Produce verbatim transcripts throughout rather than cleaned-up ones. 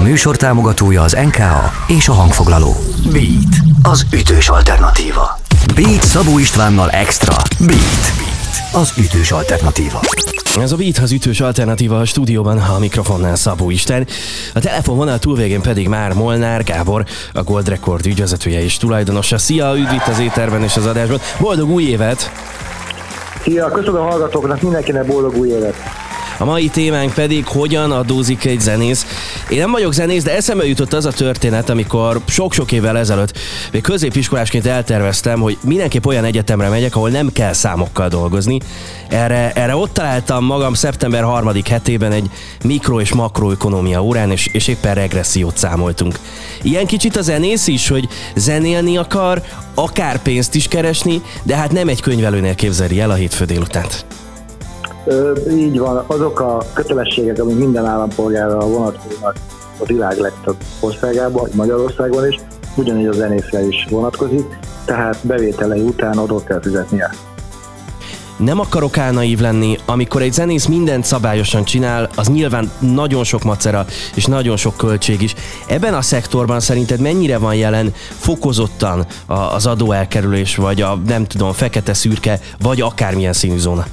műsor támogatója az en ká á és a hangfoglaló. Beat, az ütős alternatíva. Beat Szabó Istvánnal extra. Beat, az ütős alternatíva. Ez a Beat, az ütős alternatíva, a stúdióban, a mikrofonnál Szabó István. A telefonvonal túlvégén pedig már Molnár Gábor, a Gold Record ügyvezetője és tulajdonosa. Szia, üdv itt az éterben és az adásban. Boldog új évet! Szia, köszönöm a hallgatóknak, mindenkinek boldog új évet! A mai témánk pedig hogyan adózik egy zenész. Én nem vagyok zenész, de eszembe jutott az a történet, amikor sok-sok évvel ezelőtt még középiskolásként elterveztem, hogy mindenképp olyan egyetemre megyek, ahol nem kell számokkal dolgozni. Erre, erre ott találtam magam szeptember harmadik hetében egy mikro- és makroökonómia órán, és, és éppen regressziót számoltunk. Ilyen kicsit a zenész is, hogy zenélni akar, akár pénzt is keresni, de hát nem egy könyvelőnél képzeli el a hétfő délutánt. Ö, így van, azok a kötelességek, amik minden állampolgárra vonatkoznak a világ legtöbb országában, Magyarországon is, ugyanígy a zenészre is vonatkozik, tehát bevételei után adót kell fizetnie. Nem akarok álnaív lenni, amikor egy zenész mindent szabályosan csinál, az nyilván nagyon sok macera és nagyon sok költség is. Ebben a szektorban szerinted mennyire van jelen fokozottan az adóelkerülés, vagy a nem tudom, fekete-szürke, vagy akármilyen színű zóna?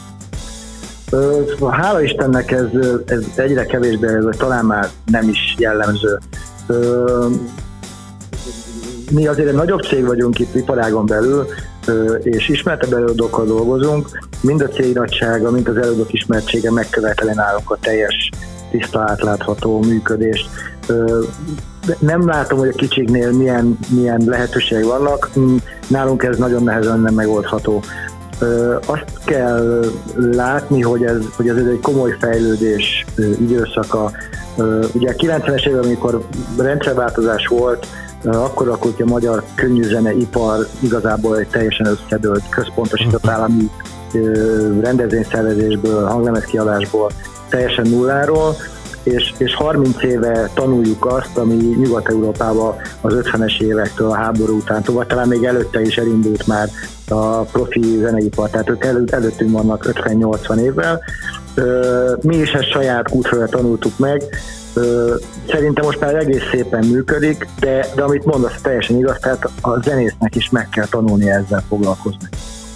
Hála Istennek ez, ez egyre kevésbé, ez talán már nem is jellemző. Mi azért egy nagyobb cég vagyunk itt iparágon belül, és ismertebb előadókkal dolgozunk. Mind a cég nagysága, mind az előadók ismertsége megköveteli nálunk a teljes, tiszta, átlátható működést. Nem látom, hogy a kicsiknél milyen, milyen lehetőségek vannak. Nálunk ez nagyon nehezen nem megoldható. Azt kell látni, hogy ez, hogy ez egy komoly fejlődés időszaka. Ugye a kilencvenes években, amikor rendszerváltozás volt, akkor akkor a magyar könnyűzeneipar igazából egy teljesen összedőlt, központosított állami rendezvényszervezésből, hanglemezkiadásból, teljesen nulláról, és, és harminc éve tanuljuk azt, ami Nyugat-Európában az ötvenes évektől, a háború után, tovább talán még előtte is elindult már a profi zeneipar, tehát ők elő, előttünk vannak ötven-nyolcvan évvel. Mi is ezt saját útfőre tanultuk meg. Szerintem most már egész szépen működik, de, de amit mondasz, teljesen igaz, tehát a zenésznek is meg kell tanulni ezzel foglalkozni.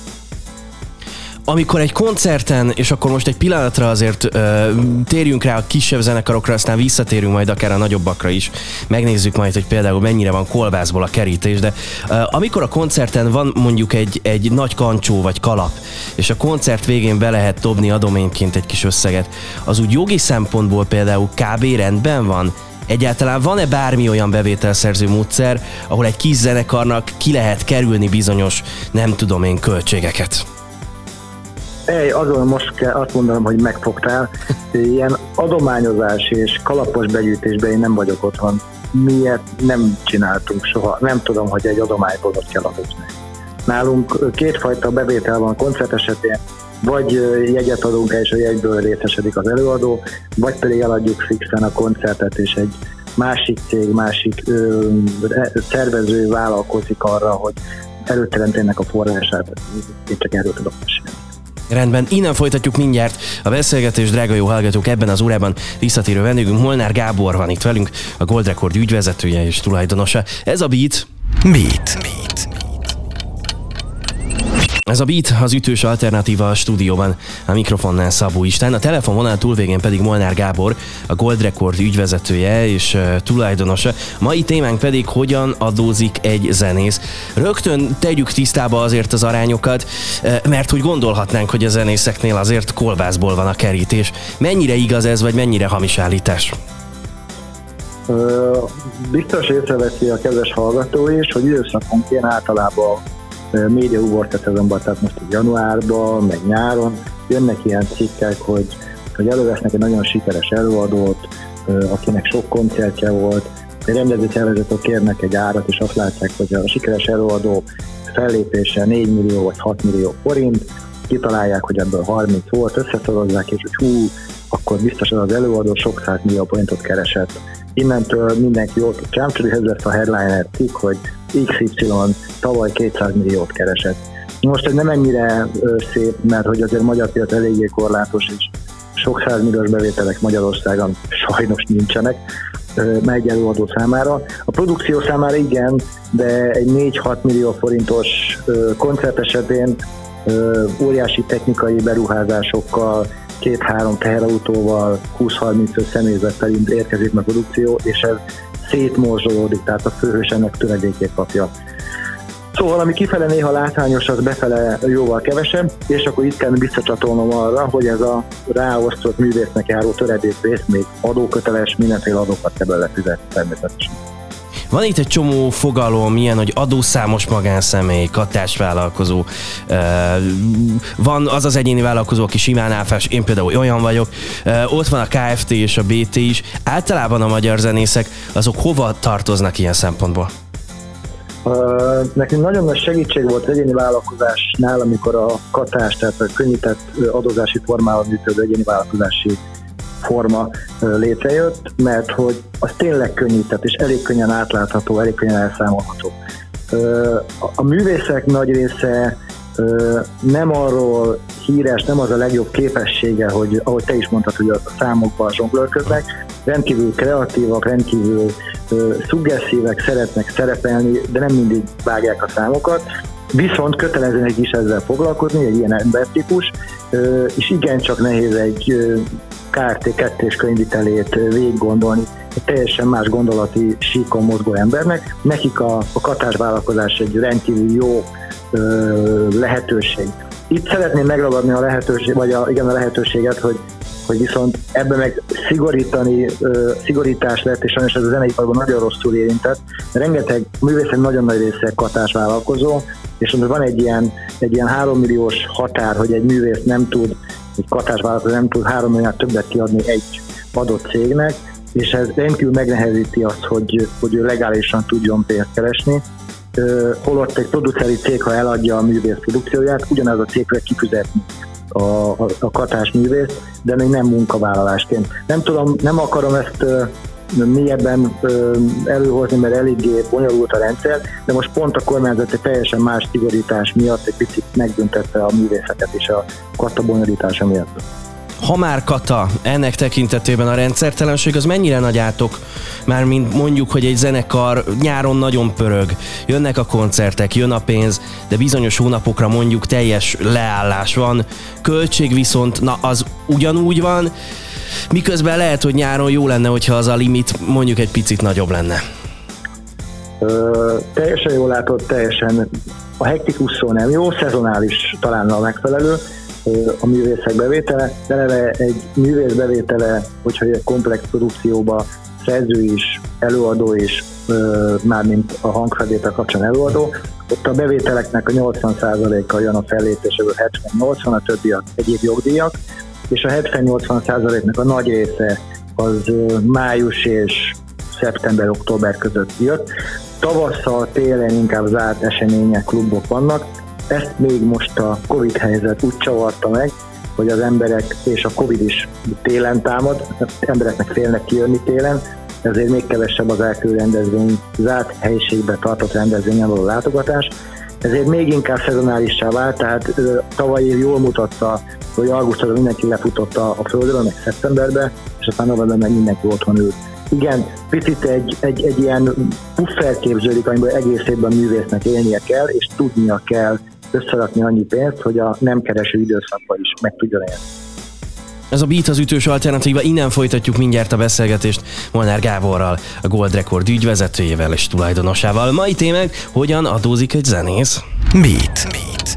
Amikor egy koncerten, és akkor most egy pillanatra azért ö, térjünk rá a kisebb zenekarokra, aztán visszatérünk majd akár a nagyobbakra is, megnézzük majd, hogy például mennyire van kolbászból a kerítés, de ö, amikor a koncerten van mondjuk egy, egy nagy kancsó vagy kalap, és a koncert végén be lehet dobni adományként egy kis összeget, az úgy jogi szempontból például kb. Rendben van? Egyáltalán van-e bármi olyan bevételszerző módszer, ahol egy kis zenekarnak ki lehet kerülni bizonyos, nem tudom én, költségeket? Ej, azon most kell azt mondanom, hogy megfogtál. Ilyen adományozás és kalapos begyűjtésben én nem vagyok otthon. Miért nem csináltunk soha? Nem tudom, hogy egy adományból ott kell adózni. Nálunk kétfajta bevétel van koncert esetén, vagy jegyet adunk el, és a jegyből részesedik az előadó, vagy pedig eladjuk fixen a koncertet, és egy másik cég, másik ö, szervező vállalkozik arra, hogy előteremtének a forrását. Én csak erről tudok mesélni. Rendben, innen folytatjuk mindjárt a beszélgetést, drága jó hallgatók, ebben az órában visszatérő vendégünk Molnár Gábor van itt velünk, a Gold Record ügyvezetője és tulajdonosa. Ez a Beat. Beat. Beat. Ez a Beat, az ütős alternatíva, a stúdióban, a mikrofonnál Szabó István, a telefonvonal túlvégén pedig Molnár Gábor, a Gold Record ügyvezetője és uh, tulajdonosa. Mai témánk pedig hogyan adózik egy zenész. Rögtön tegyük tisztába azért az arányokat, uh, mert úgy gondolhatnánk, hogy a zenészeknél azért kolbászból van a kerítés. Mennyire igaz ez, vagy mennyire hamis állítás? Ö, biztos észreveszi a kedves hallgató is, hogy időszakonként általában média uborkatezomban, tehát most januárban, meg nyáron jönnek ilyen cikkek, hogy, hogy elővesznek egy nagyon sikeres előadót, akinek sok koncertje volt, egy rendezőszervezetek kérnek egy árat, és azt látják, hogy a sikeres előadó fellépése négy millió vagy hat millió forint, kitalálják, hogy ebből harminc volt, összeszorozzák, és hogy hú, akkor biztos az az előadó sok száz millió forintot keresett. Innentől mindenki jól tud csámcsolizni, ez lesz a headliner cikk, hogy iksz ipszilon tavaly kétszáz milliót keresett. Most ez nem ennyire szép, mert hogy azért a magyar piac eléggé korlátos, és sok százmilliós bevételek Magyarországon sajnos nincsenek. megy előadó számára. A produkció számára igen, de egy négy-hat millió forintos koncert esetén óriási technikai beruházásokkal, két-három teherautóval, húsz-harminc személyzettel érkezik a produkció, és ez szétmorzsolódik, tehát a főhős ennek töredékét kapja. Szóval, ami kifele néha látványos, az befele jóval kevesebb, és akkor itt kell visszacsatolnom arra, hogy ez a ráosztott művésznek járó töredék rész még adóköteles, mindenféle adókat kell belőle fizetni természetesen. Van itt egy csomó fogalom, ilyen, hogy adószámos magánszemély, katásvállalkozó, van az az egyéni vállalkozó, aki simán áfás, én például olyan vagyok, ott van a Kft. És a bé té is. Általában a magyar zenészek, azok hova tartoznak ilyen szempontból? Uh, nekünk nagyon nagy segítség volt az egyéni vállalkozásnál, amikor a katás, tehát a könnyített adózási formával működő egyéni vállalkozási forma uh, létrejött, mert hogy az tényleg könnyített, és elég könnyen átlátható, elég könnyen elszámolható. Uh, a, a művészek nagy része uh, nem arról híres, nem az a legjobb képessége, hogy ahogy te is mondtad, hogy a számokban zsonglőrködnek, rendkívül kreatívak, rendkívül uh, szuggesszívek, szeretnek szerepelni, de nem mindig vágják a számokat, viszont kötelezőnek is ezzel foglalkozni, egy ilyen embertípus, uh, és igencsak nehéz egy uh, ká ef té kettős könyvitelét végig gondolni egy teljesen más gondolati síkon mozgó embernek. Nekik a, a katásvállalkozás egy rendkívül jó uh, lehetőség. Itt szeretném megragadni a lehetőség, vagy a, igen, a lehetőséget, hogy hogy viszont ebben meg szigorítani, uh, szigorítás lett, és sajnos ez a zeneiparban nagyon rosszul érintett. Rengeteg művészek nagyon nagy része katásvállalkozó, és van egy ilyen, egy ilyen három milliós határ, hogy egy művész nem tud, egy katásvállalkozó nem tud három milliónál többet kiadni egy adott cégnek, és ez rendkívül megnehezíti azt, hogy, hogy ő legálisan tudjon pénzt keresni. Uh, holott egy produceri cég, ha eladja a művész produkcióját, ugyanaz a cégre kifizetni a, a, a katás művész, de még nem munkavállalásként. Nem tudom, nem akarom ezt uh, mélyebben uh, előhozni, mert eléggé bonyolult a rendszer, de most pont a kormányzat egy teljesen más szigorítás miatt egy picit megbüntette a művészeket és a kata bonyolítása miatt. Ha már kata, ennek tekintetében a rendszertelenség az mennyire nagy átok? Mármint mondjuk, hogy egy zenekar nyáron nagyon pörög, jönnek a koncertek, jön a pénz, de bizonyos hónapokra mondjuk teljes leállás van, költség viszont, na az ugyanúgy van, miközben lehet, hogy nyáron jó lenne, hogyha az a limit mondjuk egy picit nagyobb lenne. Ö, teljesen jól látod, teljesen a hektikus szó nem jó, szezonális talán a megfelelő, a művészek bevétele, de eleve egy művész bevétele, hogyha egy komplex produkcióba szerző is, előadó is, mármint a hangfelvétel kapcsán előadó, ott a bevételeknek a nyolcvan százaléka jön a fellépéséből, hetven-nyolcvan, a többi a egyéb jogdíjak, és a hetven-nyolcvan százaléknak a nagy része az május és szeptember-október között jött. Tavasszal, télen inkább zárt események, klubok vannak. Ezt még most a Covid helyzet úgy csavarta meg, hogy az emberek, és a Covid is télen támad, az embereknek félnek kijönni télen, ezért még kevesebb az elkülő rendezvény, zárt helyiségbe tartott rendezvényen való látogatás, ezért még inkább szezonálissá vált, tehát tavaly év jól mutatta, hogy augusztusban mindenki lefutotta a földről, meg szeptemberbe, és aztán novemberben meg mindenki otthon ült. Igen, picit egy, egy, egy ilyen puffer képződik, amiből egész évben művésznek élnie kell, és tudnia kell összerakni annyi pénzt, hogy a nem kereső időszakban is meg tudjon élni. Ez a Beat az ütős alternatíva, innen folytatjuk mindjárt a beszélgetést Molnár Gáborral, a Gold Record ügyvezetőjével és tulajdonosával. Mai témánk, hogyan adózik egy zenész? Beat. Beat.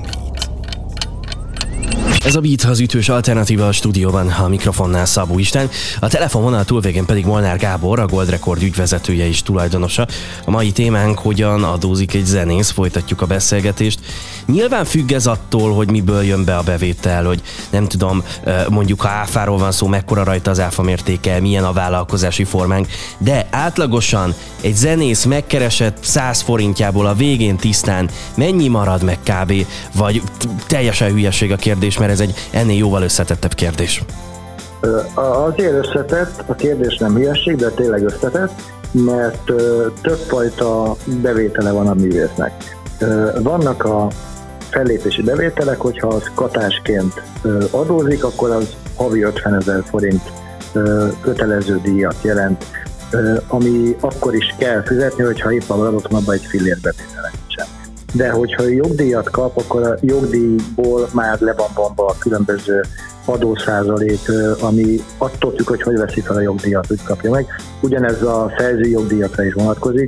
Ez a Beat az ütős alternatíva, a stúdióban a mikrofonnál Szabó István, a telefonvonal túlvégén pedig Molnár Gábor, a Gold Record ügyvezetője és tulajdonosa. A mai témánk, hogyan adózik egy zenész, folytatjuk a beszélgetést. Nyilván függ ez attól, hogy miből jön be a bevétel, hogy nem tudom, mondjuk ha áfáról van szó, mekkora rajta az áfa mértéke, milyen a vállalkozási formánk, de átlagosan egy zenész megkeresett száz forintjából a végén tisztán mennyi marad meg kb. Vagy teljesen hülyeség a kérdés, mert ez egy ennél jóval összetettebb kérdés. Azért összetett, a kérdés nem hülyeség, de tényleg összetett, mert többfajta bevétele van a művésznek. Vannak a fellépési bevételek, hogyha az katásként adózik, akkor az havi ötvenezer forint kötelező díjat jelent. ami akkor is kell fizetni, hogyha éppen az adott hónapban egy fillér bevétele nincsen. De hogyha jogdíjat kap, akkor a jogdíjból már le van bomba a különböző adószázalék, ami attól függ, hogy hogy veszi fel a jogdíjat, úgy kapja meg. Ugyanez a szerzői jogdíjakra is vonatkozik.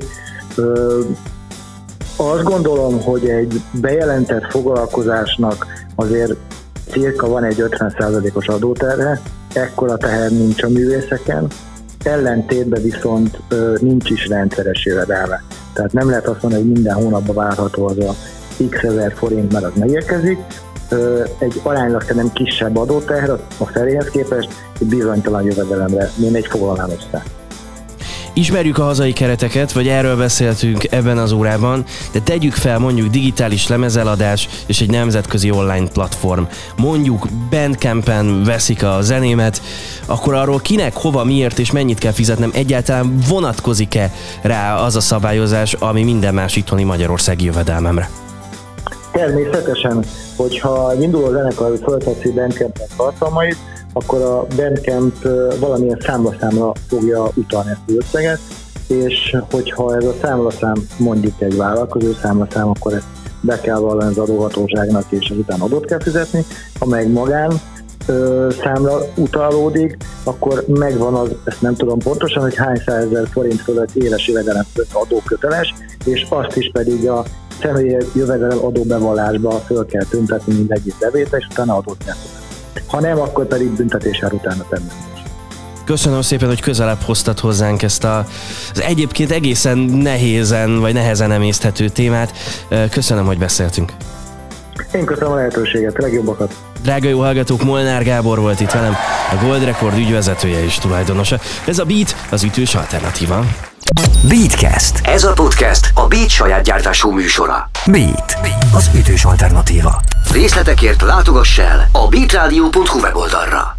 Azt gondolom, hogy egy bejelentett foglalkozásnak azért cirka van egy ötven százalékos adóterhe, ekkora teher nincs a művészeken, ellentétben viszont nincs is rendszeres jövedelme. Tehát nem lehet azt mondani, hogy minden hónapban várható az a x ezer forint, mert az megérkezik. Egy aránylag szerintem kisebb adóteher a feléhez képest, egy bizonytalan jövedelemre én egy foglalnám össze. Ismerjük a hazai kereteket, vagy erről beszéltünk ebben az órában, de tegyük fel mondjuk digitális lemezeladás és egy nemzetközi online platform. Mondjuk Bandcampen veszik a zenémet, akkor arról kinek, hova, miért és mennyit kell fizetnem, egyáltalán vonatkozik-e rá az a szabályozás, ami minden más itthoni magyarországi jövedelmemre? Természetesen, hogyha induló zenekar fölteszi Bandcampen tartalmait, akkor a Bandcamp valamilyen számlaszámra fogja utalni ezt az összeget, és hogyha ez a számlaszám mondjuk egy vállalkozó számlaszám, akkor ezt be kell vallani az adóhatóságnak, és azután adót kell fizetni. Ha meg magán ö, számla utalódik, akkor megvan az, ezt nem tudom pontosan, hogy hány százezer forint fölött éves jövedelem fölött adóköteles, és azt is pedig a személyi jövedelem adóbevallásba föl kell tüntetni mindegyik bevétel, és utána adót kell fizetni. Ha nem, akkor pedig büntetésár utána természetesen. Köszönöm szépen, hogy közelebb hoztad hozzánk ezt a, az egyébként egészen nehézen, vagy nehezen emészthető témát. Köszönöm, hogy beszéltünk. Én köszönöm a lehetőséget, a legjobbakat. Drága jó hallgatók, Molnár Gábor volt itt velem, a Gold Record ügyvezetője és tulajdonosa. Ez a Beat, az ütős alternatíva. Beatcast. Ez a podcast a Beat saját gyártású műsora. Beat, az ütős alternatíva. Részletekért látogass el a beatradio pont hu weboldalra.